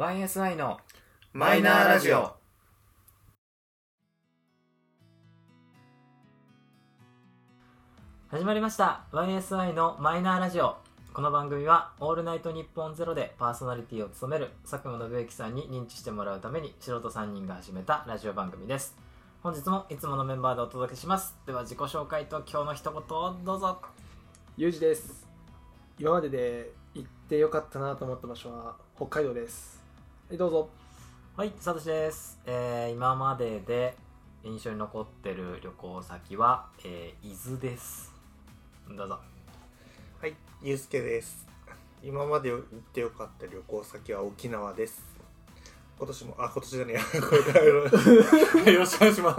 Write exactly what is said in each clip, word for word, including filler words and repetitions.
ワイエスアイ のマイナーラジオ。 始まりました ワイエスアイ のマイナーラジオ。この番組はオールナイトニッポンゼロでパーソナリティを務める佐久間信之さんに認知してもらうために素人さんにんが始めたラジオ番組です。本日もいつものメンバーでお届けします。では自己紹介と今日の一言をどうぞ。 ゆうじです。今までで行ってよかったなと思った場所は北海道です。はい、どうぞ。 はい、さとしです。えー、今までで印象に残ってる旅行先は、えー、伊豆です。どうぞ。 はい、ゆうすけです。今まで行ってよかった旅行先は沖縄です。今年も、あ、今年じゃねえや、これからよろしくお願いします。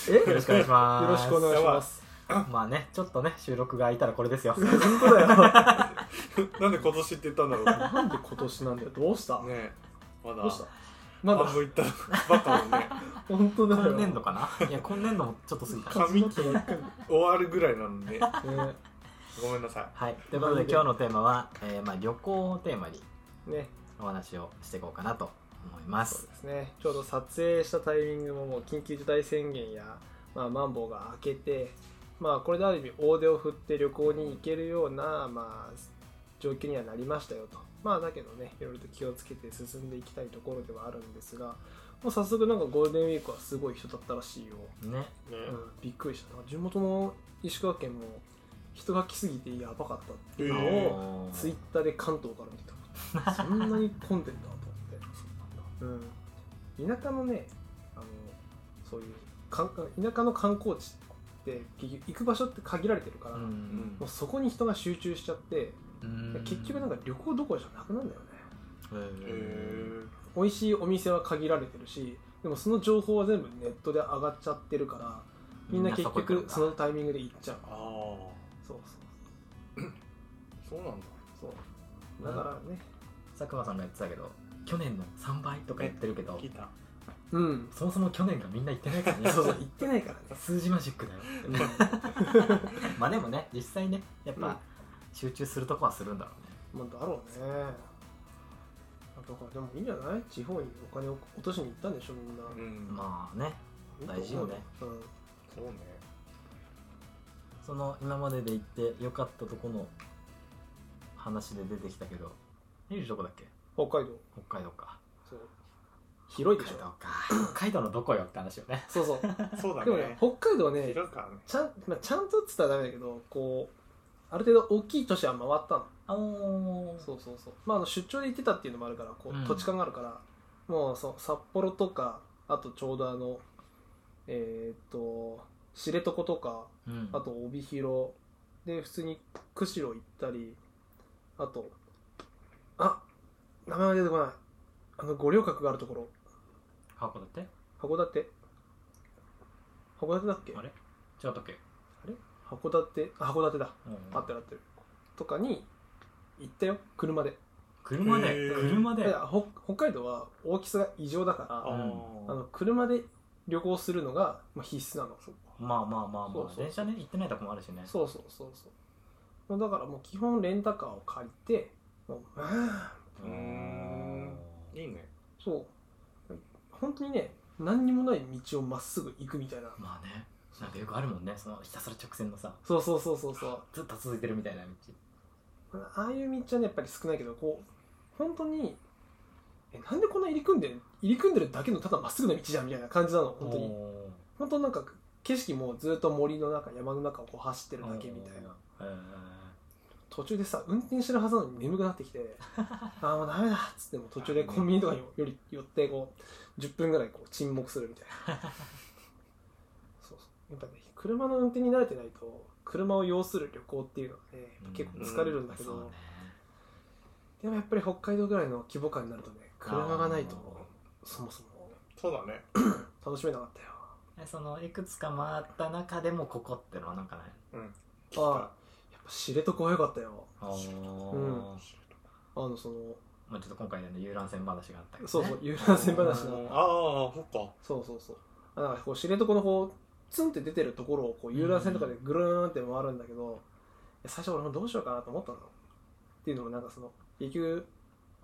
えよろしくお願いします。 よろしくお願いします。 まあね、ちょっとね、収録が空いたらこれですよ。 本当だよ。 なんで今年って言ったんだろうね。 なんで今年なんだよ。どうした？ ねえ、まだどうした？まだ半分いったばっかのね。 本当だよ。 今年度かな。いや、今年度もちょっと過ぎた。 上期終わるぐらいなので、ね、 ね、 ごめんなさい。 はい、ということで今日のテーマは、えーまあ、旅行をテーマにね、 お話をしていこうかなと思いまそうす。 ですね。ちょうど撮影したタイミングももう緊急事態宣言や、まあ、マンボウが明けて、まあ、これである意味大手を振って旅行に行けるような、まあ、状況にはなりましたよと。まあだけどね、いろいろと気をつけて進んでいきたいところではあるんですが、もう早速なんかゴールデンウィークはすごい人だったらしいよ。 ね、 ね、 うん、びっくりした。地元の石川県も人が来すぎてやばかったっていうのをおーツイッターで関東から見た。そんなに混んでんだと思って。うん、田舎のね、あのそういうかん田舎の観光地って結局行く場所って限られてるから、 うんうんもうそこに人が集中しちゃって、 うん結局なんか旅行どころじゃなくなるんだよね。 へへ美味しいお店は限られてるし、でもその情報は全部ネットで上がっちゃってるから、みんな結みんなそこ行くんだ局そのタイミングで行っちゃう。 ー、ああ、 そうそうなんだ。 そうそう。だからね、 佐久間さんが言ってたけど、去年のさんばいとか言ってるけど聞いた。 うん、 そもそも去年がみんな言ってないからね。 そうそう、行ってないからね。 数字マジックだよってまあでもね、実際ね、やっぱ、 うん集中するとこはするんだろうね。 まあ、だろうね。だからでもいいんじゃない？地方にお金を落としに行ったんでしょ、みんな。 うん、 まあね、 いいと思う大事よね。 うん。 そうね。 その今までで行って良かったとこの話で出てきたけど、ゆうじどこだっけ？ 北海道。 北海道か。 そう。広いでしょ。 北海道か。北海道のどこよって話よね。 そうそう。 そうだでもねね、。 北海道はね、 広いからね。 ちゃん、まあ、ちゃんとっつったらダメだけど、こう、ある程度大きい都市は回ったの。 あおー。 そうそうそう。まあ、あの出張で行ってたっていうのもあるから、こうんう土地勘があるから、もうそう札幌とか、あとちょうどあの、えーっと、知床とか、 うん。 あと帯広で普通に釧路行ったり、あとあ名前が出てこない、あの五稜郭があるところ、 函館？ 函館函館だっけ？ あれ？違ったっけ？ あれ函館、あ函館だ、 うん合ってる合ってるとかに行ったよ、車で。 車でへー車でいやほ北海道は大きさが異常だから、 あああ、 の車で旅行するのがまあ必須なの。 まあまあまあまそうそうそうあ電車ね行ってないとこもあるしね。 そうそうそうそう。だからもう基本レンタカーを借りて、もうあうーん、いいね。 そう本当にね、何にもない道をまっすぐ行くみたいな。 まあね、なんかよくあるもんね、そのひたすら直線のさ、 そうそうそうそうそう。 ずっと続いてるみたいな道。 ああいう道はねやっぱり少ないけど、こう本当にえなんでこんな入り組んで入り組んでるだけのただまっすぐな道じゃんみたいな感じなの。本当にお本当なんか景色もずっと森の中、山の中をこう走ってるだけみたいな。 ーへ途中でさ運転してるはずなのに眠くなってきてああもうダメだっつっても途中でコンビニとかにより寄ってこうじゅっぷんぐらいこう沈黙するみたいなそうそうやっぱね、車の運転に慣れてないと車を要する旅行っていうのはね結構疲れるんだけど、 ーそうね。 でもやっぱり北海道ぐらいの規模感になるとね、車がないとそもそもそうだね。 楽しめなかったよ。 えそのいくつか回った中でもここってのはなんかない？ うん。 ああやっぱ知床は良かったよ。 あー、 うんあのそのまあちょっと今回の遊覧船話があったけどね。 そうそう遊覧船話あのあ、そっか。 そうそうそうあなんかこう知床のこうツンって出てるところをこう遊覧船とかでぐるーんって回るんだけど、いや最初俺もどうしようかなと思ったのっていうのもなんかその結局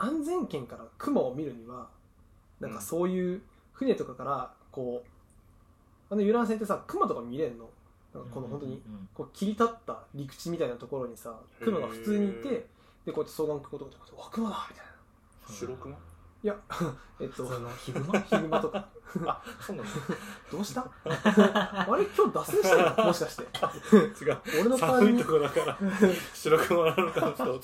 安全圏から熊を見るにはなんかそういう船とかからこうあの遊覧船ってさ熊とか見れんのなんかこの本当にこう切り立った陸地みたいなところにさ熊が普通にいてでこうやって双眼鏡とかでわ熊だみたいな白熊いやえっとそのヒグマヒグマとかあそうなんだどうしたあれ今日脱線したのもしかして違う俺の代わりに寒いとこだから白熊なのかなと思って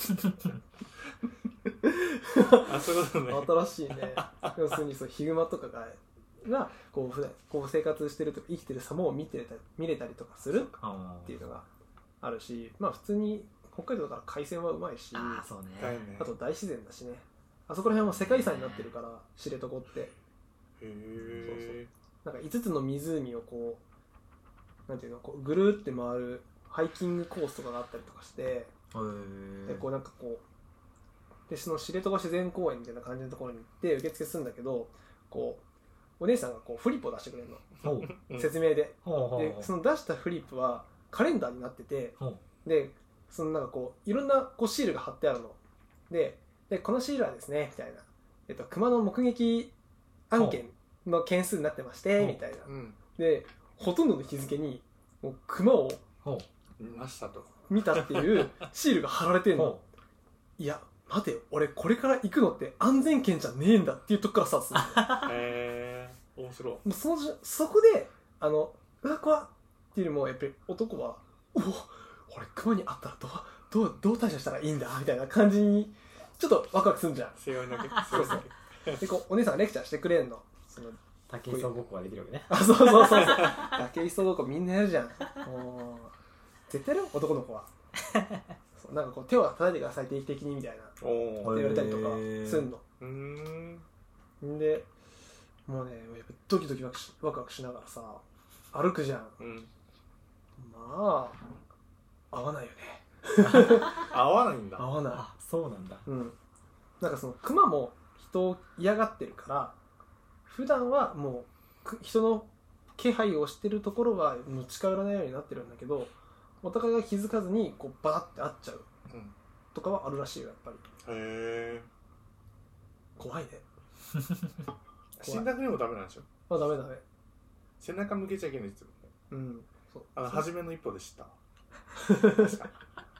あそういうことね新しいね要するにそうヒグマとかががこう普段こう生活してるとか生きてる様を見てたり見れたりとかするっていうのがあるしまあ普通に北海道だから海鮮はうまいしあーそうねだよねあと大自然だしねあそこら辺も世界遺産になってるから知床ってへえなんかいつつの湖をこうなんていうのこうぐるーって回るハイキングコースとかがあったりとかしてへでこうなんかこうでその知床自然公園みたいな感じのところに行って受付するんだけどこうお姉さんがこうフリップを出してくれるのほう説明でほうほうでその出したフリップはカレンダーになっててほうでそのなんかこういろんなこうシールが貼ってあるのででこのシールはですねみたいな、えっと、熊の目撃案件の件数になってましてみたいなうんでほとんどの日付にもう熊をほ見ましたと見たっていうシールが貼られてんのうほいや待て俺これから行くのって安全圏じゃねえんだっていうとこからスタートするのへえ面白いもうそのじそこであのうわ怖っっていうよりもやっぱり男はおお俺熊に会ったらどうどうどう対処したらいいんだみたいな感じにちょっとワクワクするんじゃん背負い投げそうそうでこうお姉さんがレクチャーしてくれんのそのう竹磯ごっこができるわけねあそうそうそうそう竹磯ごっこみんなやるじゃんもう絶対やるよ男の子はそうなんかこう手を叩いてください定期的にみたいなっておお言われたりとかすんのうーんんでもうねやっぱドキドキワクしワクワクしながらさ歩くじゃんうんまあ合わないよね合わないんだ合わないあそうなんだうんなんかそのクマも人を嫌がってるから普段はもうく人の気配をしてるところはもう近寄らないようになってるんだけどお互いが気づかずにこうバーって会っちゃううんとかはあるらしいよやっぱりへえ怖いね死んだくにもダメなんでしょあダメダメ背中向けちゃいけないですようんそうあの初めの一歩で知った確か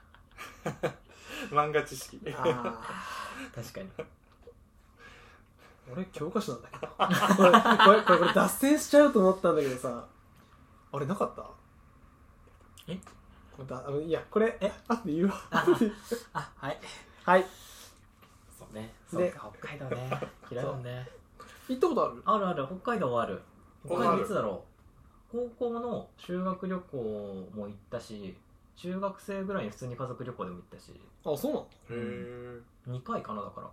漫画知識あ確かに俺教科書なんだけどこれこれこれこれ脱線しちゃうと思ったんだけどさあれなかったえこれだあのいやこれえあって言うわああはいはいそうねそうか北海道ね嫌いだもんね行ったことあるあるある北海道はある北海ある道いつだろう高校の修学旅行も行ったし中学生ぐらいに普通に家族旅行でも行ったしあそうなのへえにかいかなだから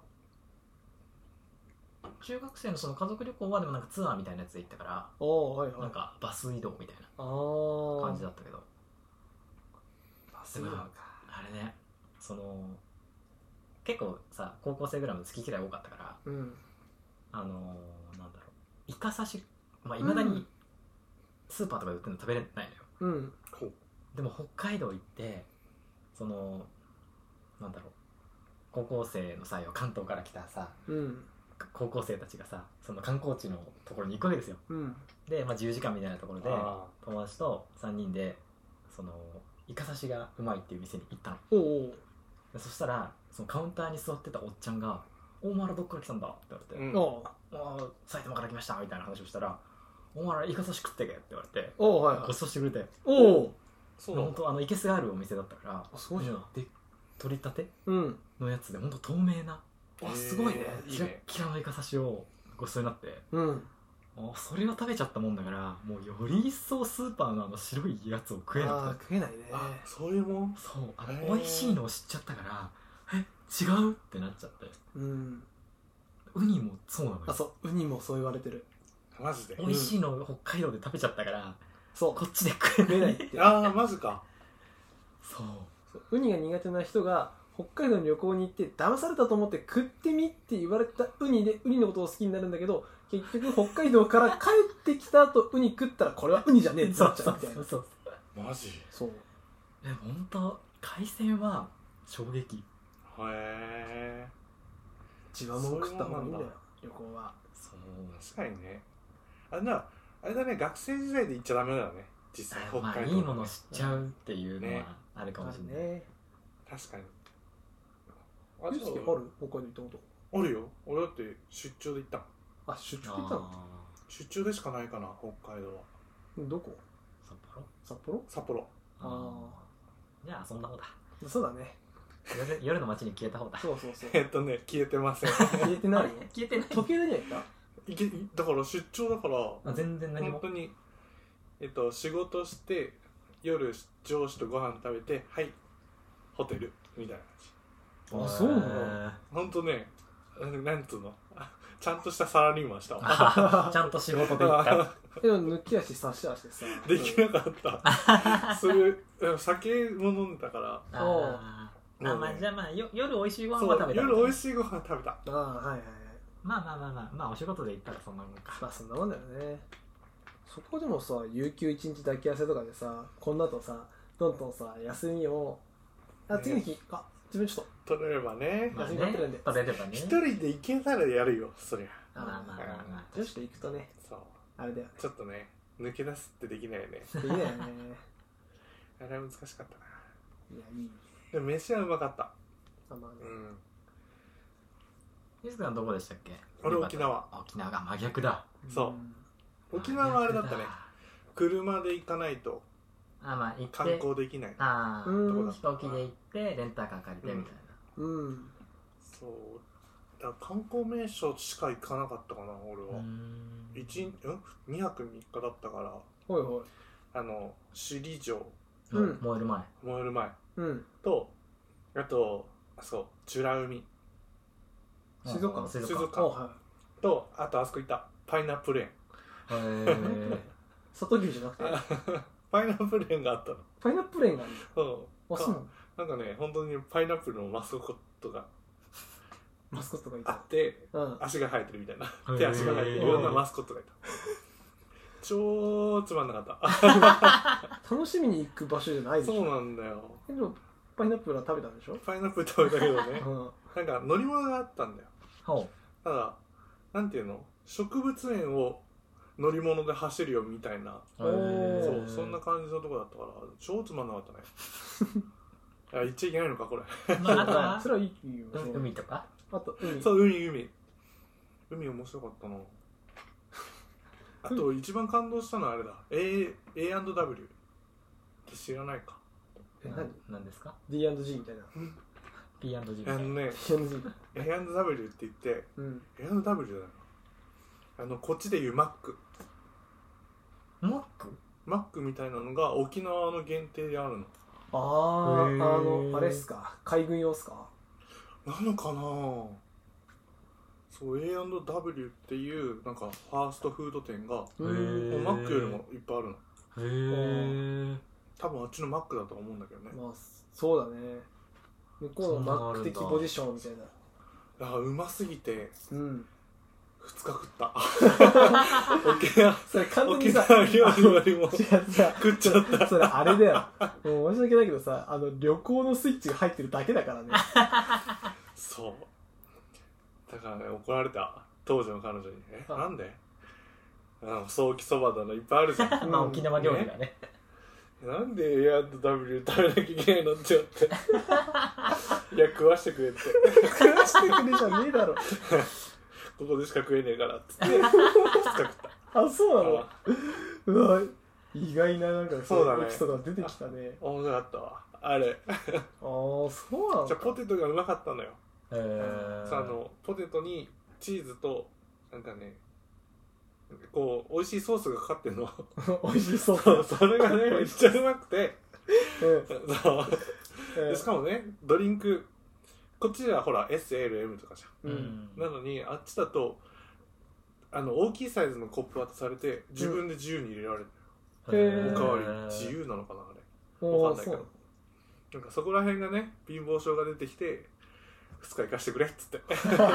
中学生のその家族旅行はでもなんかツアーみたいなやつで行ったからああはいはいなんかバス移動みたいなああ感じだったけどバス移動かあれねその結構さ高校生ぐらいの好き嫌い多かったからうんあのー、なんだろうイカ刺しまあいまだにスーパーとかで売ってるの食べれないのようんほうでも北海道行ってそのなんだろう高校生の際は関東から来たさうん高校生たちがさその観光地のところに行くわけですようんで、まあ、自由時間みたいなところであ友達とさんにんでそのイカ刺しがうまいっていう店に行ったのおうおうでそしたらそのカウンターに座ってたおっちゃんが「お前らどっから来たんだ?」って言われてうんおう 「ああ埼玉から来ました」みたいな話をしたら「お前らイカ刺し食ってけ」って言われておうはいはいごちそうしてくれておおそうなんだ本当あのいけすがあるお店だったからあすごいじゃんもうで取り立てうんのやつで本当透明なあすごいねキラッいいねキラのイカ刺しをごちそうになってうんあそれを食べちゃったもんだからもうより一層スーパーのあの白いやつを食えなくあなってー食えないねあそういうもんそうあのへー美味しいのを知っちゃったからえ違うってなっちゃってうんウニもそうなのよあそうウニもそう言われてるマジで美味しいのを北海道で食べちゃったからそうこっちで食え食えなないいってああマジかそうそうウニが苦手な人が北海道に旅行に行って騙されたと思って食ってみって言われたウニでウニのことを好きになるんだけど結局北海道から帰ってきた後ウニ食ったらこれはウニじゃねえってなっちゃうみたいなそうマジへそうでも本当海鮮は衝撃え地はもん食った方がいいんだよ旅行は。 そう確かにね。あれだあれだね、学生時代で行っちゃダメだよね実際北まあ海道、ね、 いいもの知っちゃうっていうのはあるかもしれない、 ね。 確かに。 ある？ じゃあ北海道行ったことあるよ。俺だって出張で行ったもん。 あ、出張行ったの？ あ出張でしかないかな北海道は。 どこ？ ー札幌札幌？ 札幌。 あじゃあそんな方だ。 あ、そうだね。 夜夜の街に消えた方だ。 そうそうそう。 えっとね消えてません消えてないの？ 消えてない。 時計台には行った？ いけだから出張だからあ全然何も。 本当にえっと仕事して夜上司とご飯食べてはいホテルみたいな感じ。 あそうなの？ 本当ね、なんつうのちゃんとしたサラリーマンしたわあちゃんと仕事で行った。 でも抜き足差し足してさ。 できなかったそれ酒も飲んでたからあーあまあじゃあまあよ夜美味しいご飯は食べた。 夜美味しいご飯食べた。 ああ、はいはいはい。 まあまあまあまあまあお仕事で行ったらそんなもんか。 まあそんなもんだよね。そこでもさ、有給一日抱き合わせとかでさ、こんなとさ、どんどんさ、休みを、あ、次の日、あ、自分ちょっ取れればね、 まあね休み取ってるんで取れればね。 一人で行けたらやるよそりゃ。 と、 まあまあまあまあ。 女子と行くとね、 そうあれだよね。 ちょっとね抜け出すってできないよねできないよね。 あれは難しかったないや、いい。 でも飯はうまかった。 あ、まあね。 うんゆずくんはどこでしたっけ？ 俺沖縄。 沖縄が真逆だ。 そん沖縄はあれだったね、車で行かないとあまあ行って観光できないああ、 うん飛行機で行ってレンタカー借りてみたいうん。 そうだから観光名所しか行かなかったかな俺な。 は。 ん一日んにはくみっかだったからほいほい。 あの首里城うん燃える前。 燃える前うん。 とあとそう美ら海水族館水族水族館。 あ、 館はとあとあそこ行ったパイナップル園。 へーい。里牛じゃなくて、 パイナップル園があったの。 パイナップル園があるうんの？あ、そうなの？ なんかね本当にパイナップルのマスコットがマスコットがいた。 あってうん。 足が生えてるみたいなー手足が生えてるいろんなマスコットがいた。超つまんなかった楽しみに行く場所じゃないでしょ。 そうなんだよ。 でもパイナップルは食べたんでしょ？ パイナップル食べたけどねうん。 なんか乗り物があったんだよ。 ほただなんていうの植物園を乗り物で走るよみたいな、 う。 おーそうそんな感じのとこだったから超つまんなかったねあ言っちゃいけないのかこれまああとはそれはいいよ。 う海とか。 あと海。 そう海海海面白かったな。あと一番感動したのはあれだ A- A&W って知らないか。 え、何？ なんですか？ ディーアンドジー みたいな。 ピーアンドジー。 あのねディーアンドジー。 エーアンドダブリュー って言ってうん。 エーアンドダブリュー だよあのこっちでいうマックマック？ マックみたいなのが沖縄の限定であるの。 ああ、あへーのあれっすか。海軍用っすか。 なのかな。そう エーアンドダブリュー っていうなんかファーストフード店がもうへーうマックよりもいっぱいあるの。 へえ。 多分あっちのマックだと思うんだけどね。 まあそうだね。向こうのマック的ポジションみたいな。 あうますぎてうん。 ふつか食った沖縄それ完全に沖さ、 縄料理よりも違うさ、 食っちゃったそれあれだよ。もう申し訳ないけどさ、あの旅行のスイッチが入ってるだけだからね。 そうだからね怒られた当時の彼女に「えあなんであのソーキそばだのいっぱいあるじゃんまあ沖縄料理だね。 なんで エーアンドダブリュー 食べなきゃいけないの?」って言って「いや食わしてくれ」って食わしてくれじゃねえだろ。 「ここでしか食えねえから」っつってふつか食ったあ、そうなのあ。 うわ、意外ななんかそうだねエピソードが出てきたね。 面白かったわあれああ、そうなのじゃあポテトがうまかったのよ。 へえ。 さあのポテトにチーズとなんかねこう美味しいソースがかかってんの美味しそう。 そうそれがねめっちゃうまくてうんそううんでしかもねドリンクこっちはほら エスエルエム とかじゃん。 ううんん。 なのにあっちだとあの大きいサイズのコップ渡されて自分で自由に入れられる、 へーおかわり自由なのかなあれおーわかんないけどなんかそこら辺がね貧乏症が出てきてふつか行かしてくれっつって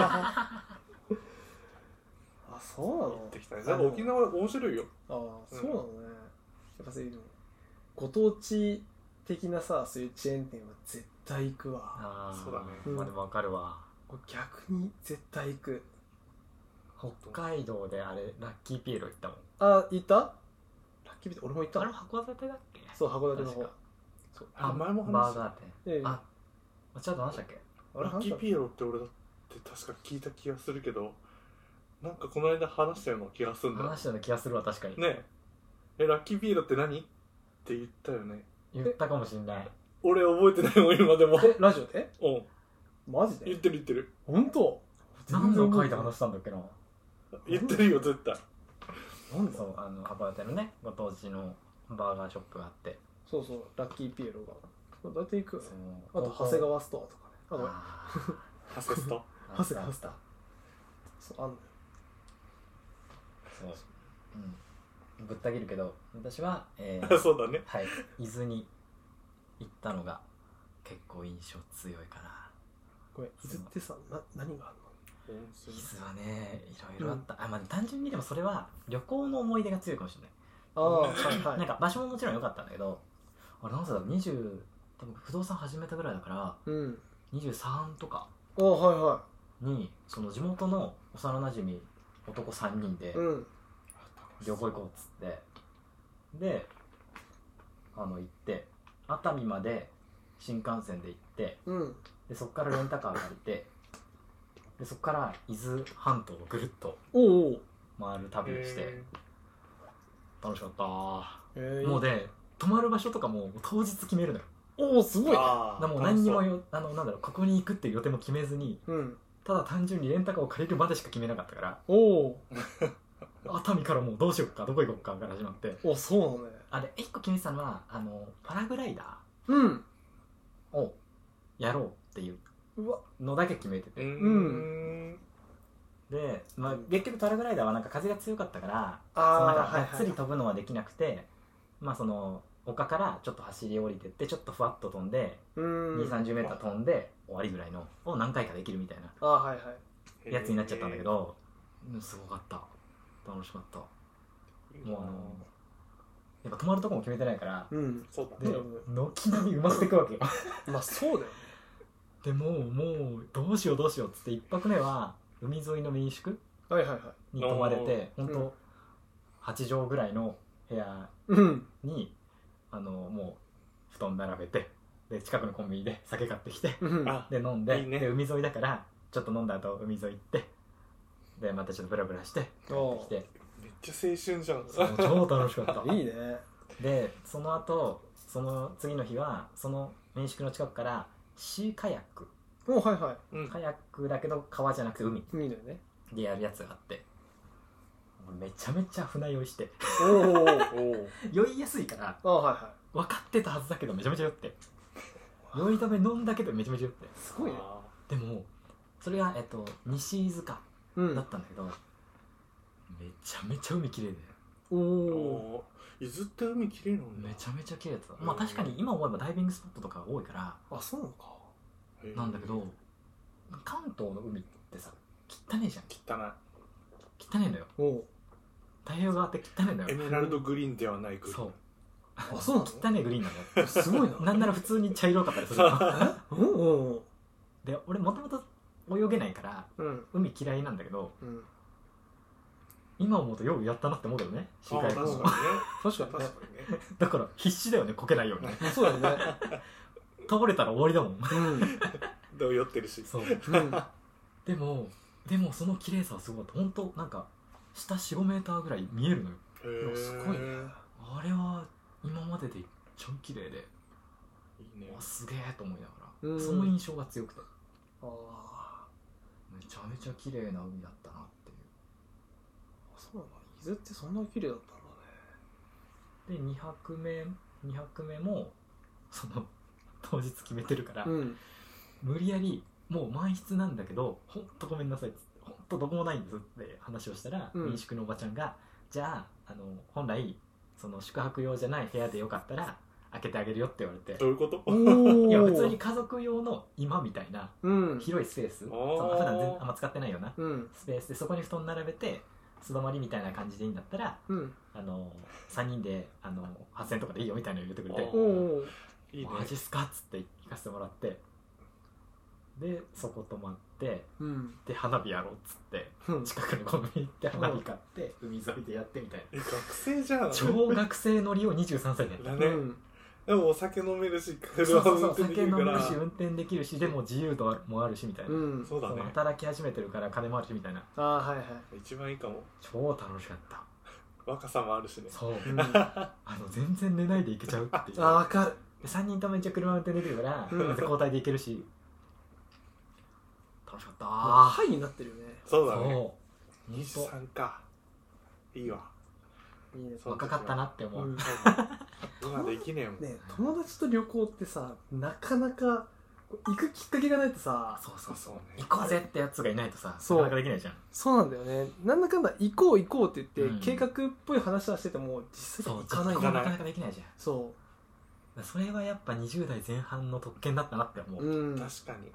あ、そうなの。 行ってきたね。なんか沖縄面白いよ。 ああ、そうなのね。やっぱそういうのご当地的なさ、そういうチェーン店は絶対行くわ。 あーそうだねまあでもわかるわ。 これ逆に絶対行く。 北海道であれラッキーピエロ行ったもん。 あ、行った？ラッキービート俺も行ったあれの。 函館だっけ？ そう、函館の方確か。 そう。 あ前も話したバーガー店。 ええあ、ちょっと話したっけ？ あれラッキーピエロって俺だって確か聞いた気がするけど、なんかこの間話したような気がするんだよ話したような気がするわ、確かに。 ね。えラッキーピエロって何って言ったよね。 言ったかもしんない。 俺覚えてないもん今でも。 え、ラジオで？ うんマジで？ 言ってる言ってる本当？ 何の回で話話したんだっけな。 言ってるよ絶対。 なんだ？ そう、あの函館のね、ご当地のバーガーショップがあって。 そうそう、ラッキーピエロが。どうやって行くよね。 そうあと、長谷川ストアとかね。あ、ごめん。 あハセスト。 ー長谷川ストア。そう、あんのよ。 そう、うん、ぶった切るけど私は、えーそうだね。 はい、伊豆に行ったのが結構印象強いかな。 ごめん、伊豆ってさ、な、何がある温泉伊豆はねいろいろあった、あ、まあ、単純にでもそれのは旅行の思い出が強いかもしれない。 の？ああ、はいはい。 なんか場所ももちろん良かったんだけど、あれ何歳だろう、にじゅう多分不動産始めたぐらいだからうん。 にじゅうさんとかああ、はいはにその地元の幼なじみ男さんにんでい。うん。 旅行行こうっつってであの行って熱海まで新幹線で行ってうん。 でそこからレンタカー借りてでそこから伊豆半島をぐるっとおうおう。 回る旅をしてへ楽しかったえー、 もうで泊まる場所とかも当日決めるのよ。 おお、すごいね。 あだからもう何にもよあのなんだろうここに行くっていう予定も決めずにうん。 ただ単純にレンタカーを借りるまでしか決めなかったからおお。 熱海からもうどうしようかどこ行こうかから始まってお、そうなのね。 あれいっこ決めてたのはあのパラグライダうん。 ーをやろうっていううわ。 のだけ決めてて、 うーん。 で、まあ、結局パラグライダーはなんか風が強かったからあーそのなんかはいはいがっつり飛ぶのはできなくて、まあその丘からちょっと走り降りてってちょっとふわっと飛んでうーん。 にじゅうさんじゅうメーター飛んで終わりぐらいのを何回かできるみたいなああ、はいはい。 やつになっちゃったんだけど、うんすごかった楽しかった。もうあのやっぱ泊まるとこも決めてないからうん。 そうだでね。 軒並み埋まっていくわけよまあ、そうだよね。 でもうもうどうしようどうしようっつっていっぱくめは海沿いの民宿はいはいはい。 に泊まれてうん本当はち畳ぐらいの部屋うん。 にあのもう布団並べてで近くのコンビニで酒買ってきてうん。 あ、 で飲んでいいねで海沿いだからちょっと飲んだ後海沿い行ってでまたちょっとブラブラして帰ってきてめっちゃ青春じゃん。 そう超楽しかったいいね。 でその後その次の日はその民宿の近くからシーカヤックおはいはうん。 カヤックだけど川じゃなくて海い。いいのよね。 でやるやつがあってめちゃめちゃ船酔いしておお。 おお。 酔いやすいからあはいは分かってたはずだけどめちゃめちゃ酔って酔い止め飲んだけどめちゃめちゃ酔ってい。すごいね。 あでもそれが、えっと、西伊豆かうだったんだけど、めちゃめちゃ海綺麗でおーお。 おー。伊豆って海綺麗なんだ。 めちゃめちゃ綺麗だった。まあ確かに今思えばダイビングスポットとか多いからあ、そうなのか。 へーなんだけど関東の海ってさ汚ねえじゃん汚汚ねえのよおお。 太平洋側って汚ねえのい。エよメラルドグリーンではないグリーン。 そうあ、そうなの？ 汚ねえグリーンなのよすごいな。 なんなら普通に茶色かったりするのうんうんうん。 で俺もともと泳げないからうん海嫌いなんだけどうん。 今思うとよくやったなって思うけどねシーあカヤックも確か確かにね。 にね。確かにね。 だから必死だよねこけないようにねそうだよね。 倒れたら終わりだもんうん。 でも酔ってるし。 そううん。 でもでもその綺麗さはすごかった本当なんか下 よんごメーターぐらい見えるのよへーすごいね。 あれは今までで一番綺麗でいいね。 わすげえと思いながら、 うんその印象が強くてああ。 めちゃめちゃ綺麗な海だったなっていそうなんだ。伊豆ってそんな綺麗だったんだね。 うでにはくめにはくめもその当日決めてるから、 うん。 無理やりもう満室なんだけどほんとごめんなさいっつってほんとどこもないんですって話をしたら、 うん民宿のおばちゃんがじゃあ、あの本来その宿泊用じゃない部屋でよかったら開けてあげるよって言われてどういうこと？ おお。 いや普通に家族用の居間みたいなうん。 広いスペース、そおーの普段全然あんま使ってないようなうん。 スペースでそこに布団並べて素泊まりみたいな感じでいいんだったらうん。 あのさんにんであのはっせんえんとかでいいよみたいなの言ってくれておおお。 いいね。 マジっすかっつって行かせてもらってでそこ泊まってうんで花火やろうっつってうん近くのコンビニ行って花火買って海沿いでやってみたいなえ学生じゃん超学生乗りをにじゅうさんさいでやっただね、 うんでもお酒飲めるしそう車そうそうも運転でき酒飲めるからるし運転できるしでも自由度もあるしみたいな、 うんそのそうだね働き始めてるから金もあるしみたいなああはいはい一番いいかも超楽しかった若さもあるしねそううんあの全然寝ないで行けちゃうっていうあ分かるでさんにんとも一応車運転できるから、 うん交代で行けるし楽しかったハイになってるよねそうだねそうにじゅうさんかいいわいいねそう若かったなって思う、 うん今できねえもんね友達と旅行ってさなかなか行くきっかけがないとさそうそうそうそうね行こうぜってやつがいないとさそうなかなかできないじゃんそうなんだよねなんだかんだ行こう行こうって言って、 うん計画っぽい話はしてても実際そう行かないんだ実行なかなかできないじゃんそそれはやっぱにじゅう代前半の特権だったなって思うう、 うん確かに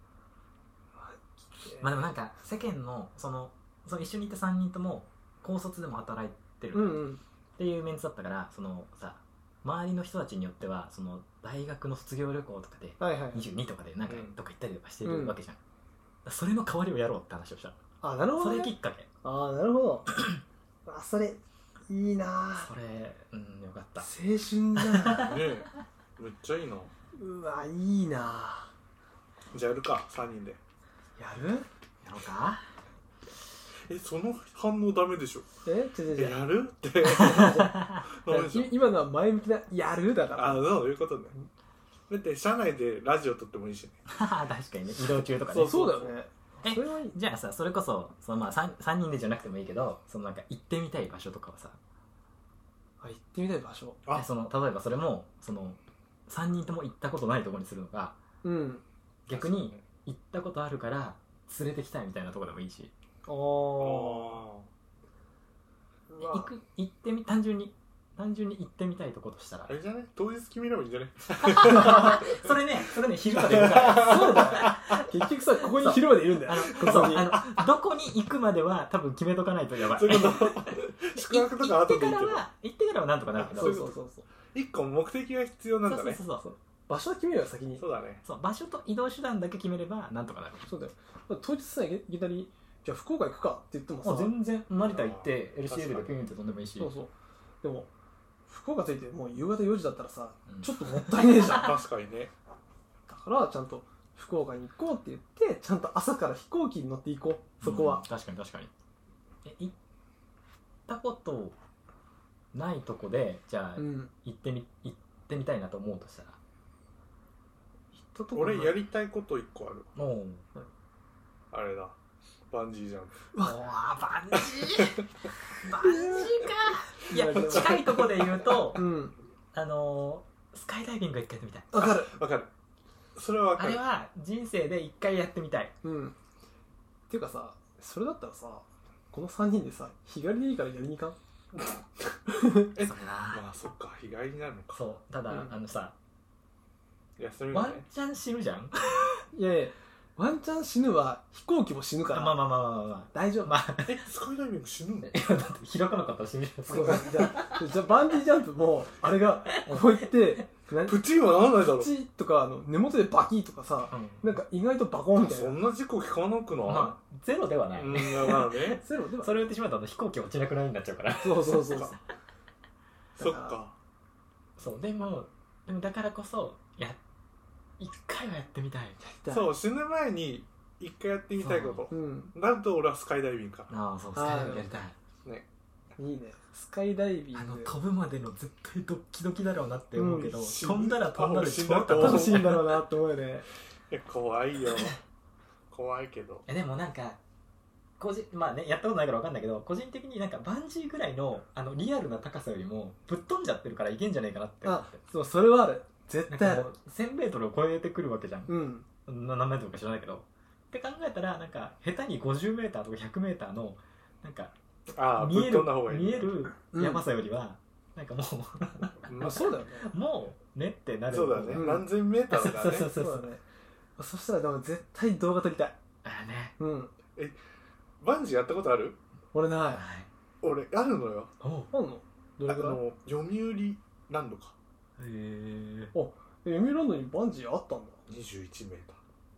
まあでもなんか世間のそのその一緒にいたさんにんとも高卒でも働いてるうんうんっていうメンツだったからそのさ周りの人たちによってはその大学の卒業旅行とかではいはいにじゅうにとかでなんかうんどっか行ったりとかしてるわけじゃん、それの代わりをやろうって話をしたあなるほそど、ね、 れきっかけああなるほどあそれいいなそれうんよかった青春じゃんねえめっちゃいいなうわいいなじゃあやるかさんにんでやるやろうかえその反応ダメでしょえ違う違う違うえやるってダメでしょい今のは前向きなやるだからあそういうことねだって車内でラジオ撮ってもいいしね確かにね移動中とかねそうそうだよねえそれはいいじゃあさそれこそそのまあ 3, 3人でじゃなくてもいいけどそのなんか行ってみたい場所とかはさあ行ってみたい場所あえその例えばそれもそのさんにんとも行ったことないところにするのかうん逆に行ったことあるから連れてきたいみたいなところでもいいしああーえ行く行ってみ単純に単純に行ってみたいとことしたらあれじゃない当日決めればいいんじゃないそれねそれね昼まで行くからそうだよ結局さここに昼までいるんだよあのここにそうあのどこに行くまでは多分決めとかないとやばいそういうこと宿泊とか後でいいけど行ってからは行ってからはなんとかなるけどそうそうそうそう一個目的が必要なんだねそうそうそうそう場所は決めるよ先にそうだねそう場所と移動手段だけ決めればなんとかなるそうだよ当日さいきなりじゃあ福岡行くかって言ってもさもう全然成田行ってあーエルシーエル でピューンって飛んでもいいしそうそうでも福岡着いてもう夕方よじだったらさ、 うんちょっともったいねえじゃんだ確かにねからちゃんと福岡に行こうって言ってちゃんと朝から飛行機に乗っていこうそこはうん、確かに確かにえ行ったことないとこでじゃあ、 うん行ってみ行ってみたいなと思うとしたら行ったとこ俺やりたいこと一個あるおおあれだバンジージャンプうわバンジーバンジーかいや近いとこで言うとうんあのースカイダイビング一回やってみたいわかるわかるそれはわかるあれは人生で一回やってみたいうんっていうかさそれだったらさこのさんにんでさ日帰りでいいからやりに行かんえそれなまあそっか日帰りになるのかそうただ、 うんあのさ休みワンがねチャン死ぬじゃんいやいやワンチャン死ぬは飛行機も死ぬからまあまあまあまあまあまあ大丈夫まあえスカイダイビング死ぬのいやだって開かなかったら死ぬじゃんそうじゃあじゃあバンジージャンプもあれがこうやってなプチンはなんないだろプチとかあの根元でバキーとかさうんなんか意外とバコンみたいそなんな事故聞かなくない、 まあゼロではない、 うんまあねゼロではそれを言ってしまったら飛行機落ちなくないになっちゃうからそうそうそうそうそっかそうでもでもだからこそや一回はやってみたいそう死ぬ前に一回やってみたいことうんなんと俺はスカイダイビングかああそうスカイダイビングやりたいねいいねスカイダイビングあの飛ぶまでの絶対ドッキドキだろうなって思うけど、 うん飛んだら飛んだら超死んだと楽しい楽しいんだろうなって思うよねいや怖いよ怖いけどえでもなんか個人まあねやったことないから分かんないけど個人的になんかバンジーぐらいのあのリアルな高さよりもぶっ飛んじゃってるからいけんじゃねえかなって思っあてそうそれはある絶対あるなんかもうせんメートルを超えてくるわけじゃん、 うんな何メートルか知らないけどって考えたらなんか下手にごじゅうメーターとかひゃくメーターのなんかああぶっ見える飛んだ方がいい見えるやばさよりは、なんかもまあそうだよねうもうねってなるそうだね、 うん何千メーターだからねそうそうそうだねそしたらでも絶対動画撮りたいあれねうんバンジーやったことある俺ないはい俺あるのよおうあんのどれあくらいの読売ランドかへええ読売ランドにバンジーあったんだにじゅういちメータ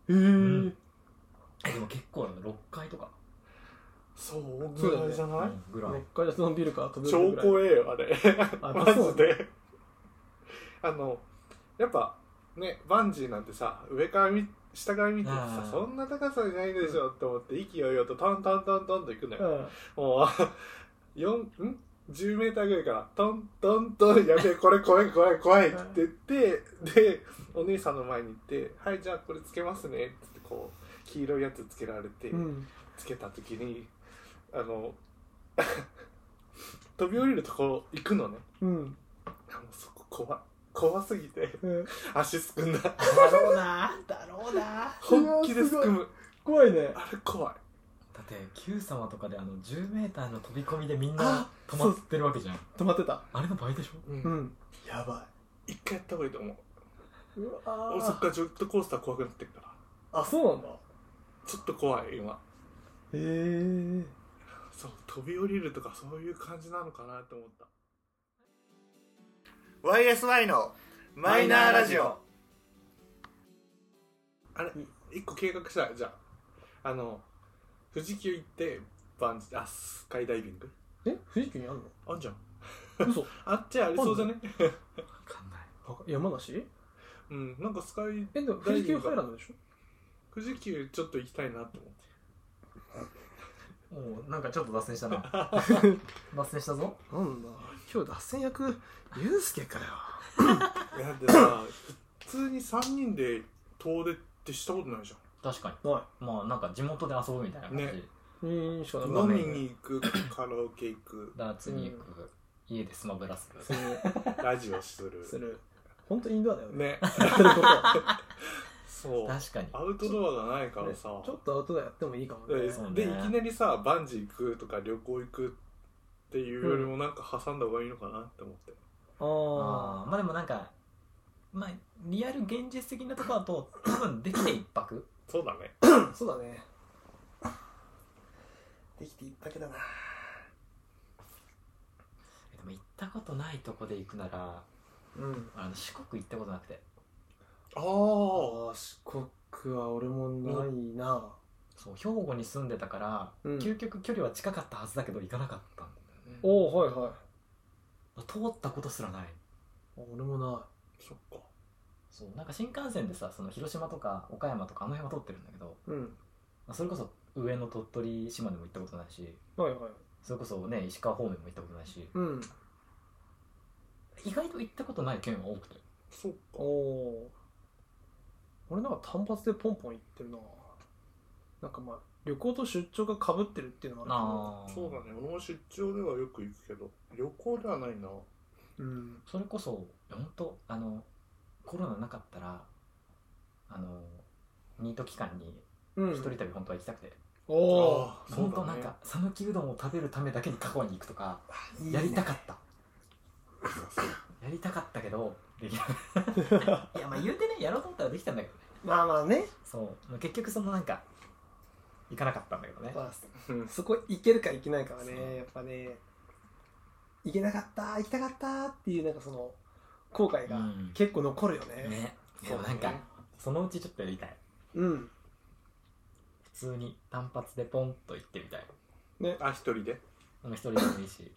へえ、 えでも結構だね、ろっかいとか、 そうぐらいじゃない、 うんぐらいろっかい建てのビルから飛べ超るぐらい。 怖えよあれあマジであのやっぱねバンジーなんてさ上から見下から見ててさうんそんな高さじゃないでしょって思って意気揚々とトントントントンと行くのよ、 うんもうよんんじゅうメーターぐらいからトントントンやべえこれ怖い怖い怖いって言ってでお姉さんの前に行ってはいじゃあこれつけますねって言ってこう黄色いやつつけられて、 うんつけた時にあの飛び降りるとこ行くのね。 うんもうそこ怖い怖すぎてうん足すくんだだろうなだろうな。 本気ですくむ怖いね。 あれ怖い。 だって Q 様とかであのじゅうメーターの飛び込みでみんなあ止まってるわけじゃん。 止まってた。 あれの倍でしょ。 うんうん。 やばい一回やった方がいいと思う。 うわ俺そっからジェットコースター怖くなってるからあ、そうなんだ。 ちょっと怖い今。 へえ。 そう飛び降りるとかそういう感じなのかなと思った。 ワイエスワイ のマイナーラジオ。あれ一個計画したい。じゃああの富士急行ってバンジーあスカイダイビングえ、富士急にあるあんじゃん。 の？嘘。 あっちありそうじゃね。 わかんない。 あ山梨？ うんなんかスカイえ、でも富士急ハイランドでしょ？ 富士急ちょっと行きたいなと思って。 おうなんかちょっと脱線したな。脱線したぞ。 なんだ。今日脱線役ゆうすけかよ。 いやでさ普通にさんにんで遠出ってしたことないじ確かに。 はまあなんか地元で遊ぶみたいな感じ。 ねい。いいしかない。 ゃん。 まあ飲みに行くカラオケ行くダーツに行く、家でスマブラする。 するラジオするする。本当インドアだよね。 ねやってることはそう確かに。 アウトドアがないからさ、 ちょっとアウトドアやってもいいかもね。 でそうねでいきなりさバンジー行くとか旅行行くっていうよりもなんか挟んだ方がいいのかなって思って。 ああーまあでもなんか、まあリアル現実的なところだと多分できて一泊。 そうだね。 あ、そうだね。できていったけどな。 でも行ったことないとこで行くなら、 うん。 あの四国行ったことなくて。 ああああ、四国は俺もないな。 そう兵庫に住んでたから、 うん究極距離は近かったはずだけど行かなかったんだよね。 おお、はいはい。 通ったことすらない。 あ俺もなそっか。 そうなんか新幹線でさ、その広島とか岡山とかあの辺は通ってるんだけど、 い。うん。 まあそれこそ上の鳥取島根も行ったことないし、 はいはい。 それこそね石川方面も行ったことないし、 うん。 意外と行ったことない県は多くて。 そっかお。お。俺なんか単発でポンポン行ってるな。なんかまあ旅行と出張が被ってるっていうのもあああそうだね。俺も出張ではよく行くけど旅行ではないな。 るけど。うん。 それこそ本当あのコロナなかったらあのニート期間にうん。 一人旅本当は行きたくて、 おお。 あー本当なんか讃岐うどんを食べるためだけに香川に行くとかやりたかったやりたかったけどできないいやまあ言うてねやろうと思ったらできたんだけどね。 まあまあね。 そう結局そのなんか行かなかったんだけどね。 まあうんそこ行けるか行けないかはね、やっぱね、行けなかった行きたかったっていうなんかその後悔がうん結構残るよね。 ねでそうだねもなんかそのうちちょっとやりたい。 うん。 普通に単発でポンと行ってみたい。 ね。 あ一人でなんか一人でもいいし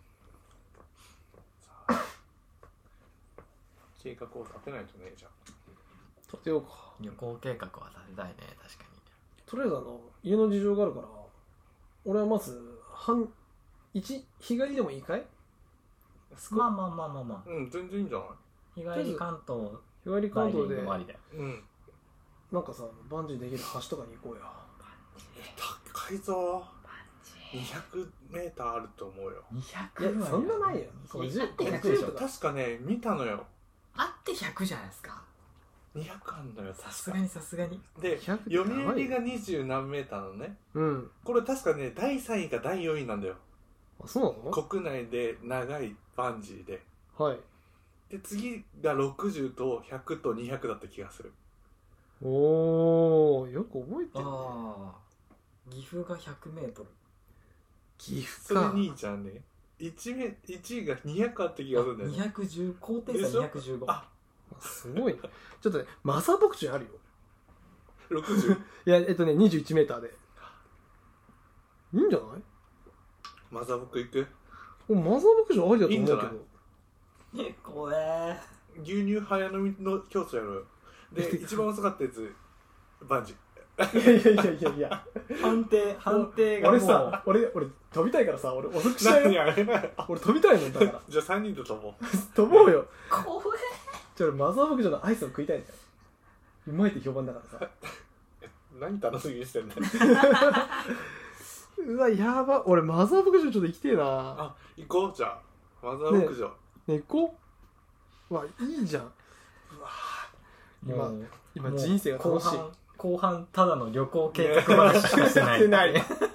計画を立てないとね。じゃあ立てようか。 旅行計画は立てたいね確かとりあえずあの家の事情があるから、俺はまず半一日帰りでもいいかい？ に。まあまあまあまあまあうん全然いいんじゃない。 日帰り関東日帰り関東でダイビングもありだよ。 うんなんかさバンジーできる橋とかに行こうや。 高いぞ。にひゃくメーターあると思うよ。 にひゃくいやそんなないよ。 そうごじゅうあってひゃくでしょ。 ごじゅうとか確かね見たのよ。 あってひゃくじゃないですか。 にひゃくあんのよ。 さすがにさすがに。 でひゃくって読やばいよ売がにじゅう何メーターなのね。 うん。 これ確かねだいさんいかだいよんいなんだよ。 あ、そうなの？ 国内で長いバンジーで。 はい。 で次がろくじゅうとひゃくとにひゃくだった気がする。 おお、よく覚えてるね。 ああ岐阜がひゃくメートル。 岐阜それか。 にいちゃんねいち, めいちいがにひゃくあった気がするんだよにね。 ひゃくじゅう高低差でしょにひゃくじゅうご。 あすごいね。ちょっとね、マサボクチュあるよ。 ろくじゅういやえっとねにじゅういちメーターでいいんじゃない？ マザー僕行く？ もうマザー牧場ありだと思うけいいんじゃないどえ怖え牛乳早飲みの競争やろうよ。で一番遅かったやつバンジー。 いやいやいやいやいや判定判定がもう俺さ俺俺飛びたいからさ俺遅くしちゃう何よやめなよ。 俺飛びたいもんだからじゃあさんにんで飛ぼう。 飛ぼうよ怖じゃあ俺マザー牧場のアイスを食いたいんだようまいって評判だからさ何楽しみにしてんだよ。 うわやば俺マザー牧場ちょっと行きてえなあ行こうじゃあマザー牧場。 ね行こううわいいじゃんうわ今もう今人生が楽しい後半後半ただの旅行計画話しかしてないしてない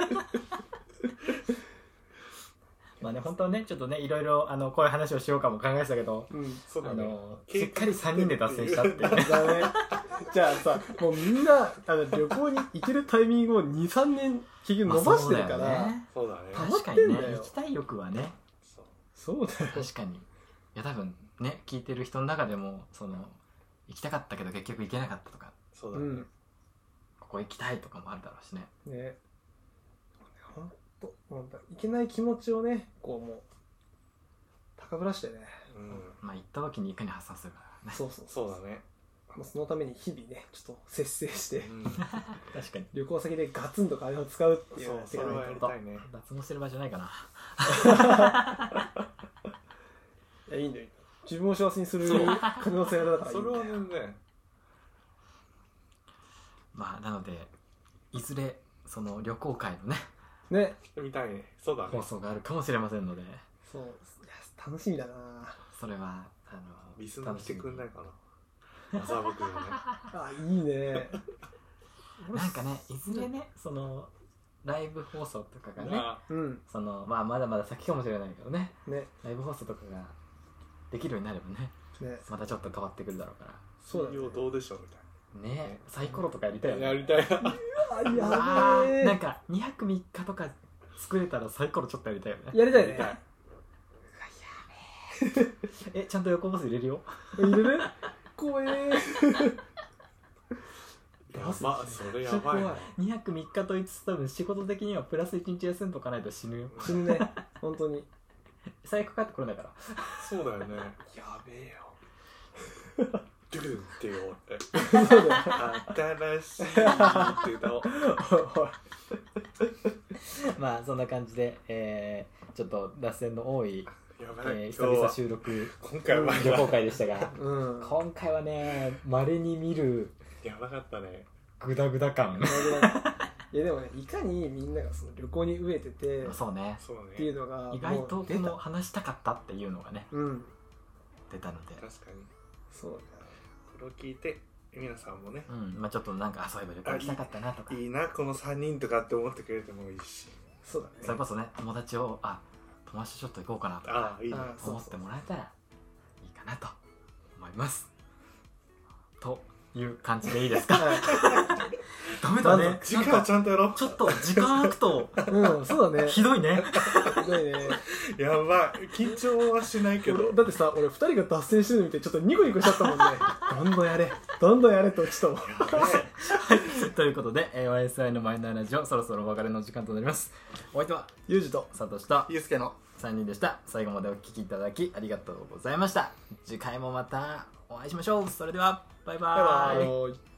まあね本当はねちょっとねいろいろあのこういう話をしようかも考えてたけど、 うんあそうだね。 のしっかりさんにんで達成したっていうだねじゃあさもうみんなあの旅行に行けるタイミングをにさんねん結局伸ばしてるから、 まあそうだよねそうだね。 確かにね溜まってんだよ行きたい欲はねそうそうだよ確かにいや多分ね聞いてる人の中でもその行きたかったけど結局行けなかったとかそうだね。 うんここ行きたいとかもあるだろうしねねほんとほんといけない気持ちをねこうもう高ぶらしてねうんまあ行った時にいかに発散するかだねそうそうそうだね。 まあそのために日々ねちょっと節制してうん確かに旅行先でガツンと金を使うっていうのをやっていかないそうとやりたいね。 脱毛してる場合じゃないかな。 いやいいんだよ自分を幸せにする可能性がだからいいそれんだよは全然。 まあなのでいずれその旅行会のねね見たいね。そうだね放。送があるかもしれませんのでそういや楽しみだなそれはあのリスナー来てくんないかな。マザー牧場ね。 あいいねなんかねいずれねそのライブ放送とかがねあうんそのまあまだまだ先かもしれないけどねねライブ放送とかができるようになればねねまたちょっと変わってくるだろうからそうだね水曜どうでしょうみたいねサイコロとかやりたいよねな。やりたい。 あうわやべえーなんかにはくみっかとか作れたらサイコロちょっとやりたいよねやりたいねえちゃんと横ボス入れるよ入れる怖えやば、それやばいな。 にはくみっかと言いつつ多分仕事的にはプラスいちにち休んとかないと死ぬよ死ぬね本当に最悪帰ってこれないからそうだよね。 やべえよドゥルンってよって。 そうだよ新しいって歌を。 まあそんな感じで、えー、ちょっと脱線の多い、 やばい。 えー、久今日は 々収録今回は旅行会でしたがうん今回はね稀に見るやばかったね。 グダグダ感いやでもねいかにみんながその旅行に飢えててそうねそうっていうね。 のが意外とこもう出たの話したかったっていうのがねうん出たので、 確かに。 そうだよこれを聞いて、皆さんもね、 うんまあ、ちょっとなんかあそういえば旅行行きたかったなとかいいな、このさんにんとかって思ってくれてもいいし。 そうだねそれこそね友達をあ友達とちょっと行こうかなとかああ、いいね。 あそう思ってもらえたらいいかなと思いますという感じでいいですかダメだね次回はちゃんとやろう。 ちょっと時間空くとうんそうだねひどいねひどいねやばい。緊張はしないけど俺。だってさ俺ふたりが脱線してるの見てちょっとニコニコしちゃったもんねどんどんやれどんどんやれとちょっとやべえということで、えー、ワイエスアイ のマイナーラジオそろそろお別れの時間となりますお相手はユージとサトシとゆうすけのさんにんでした最後までお聞きいただきありがとうございました次回もまたお会いしましょうそれではバイババイバイバイバイ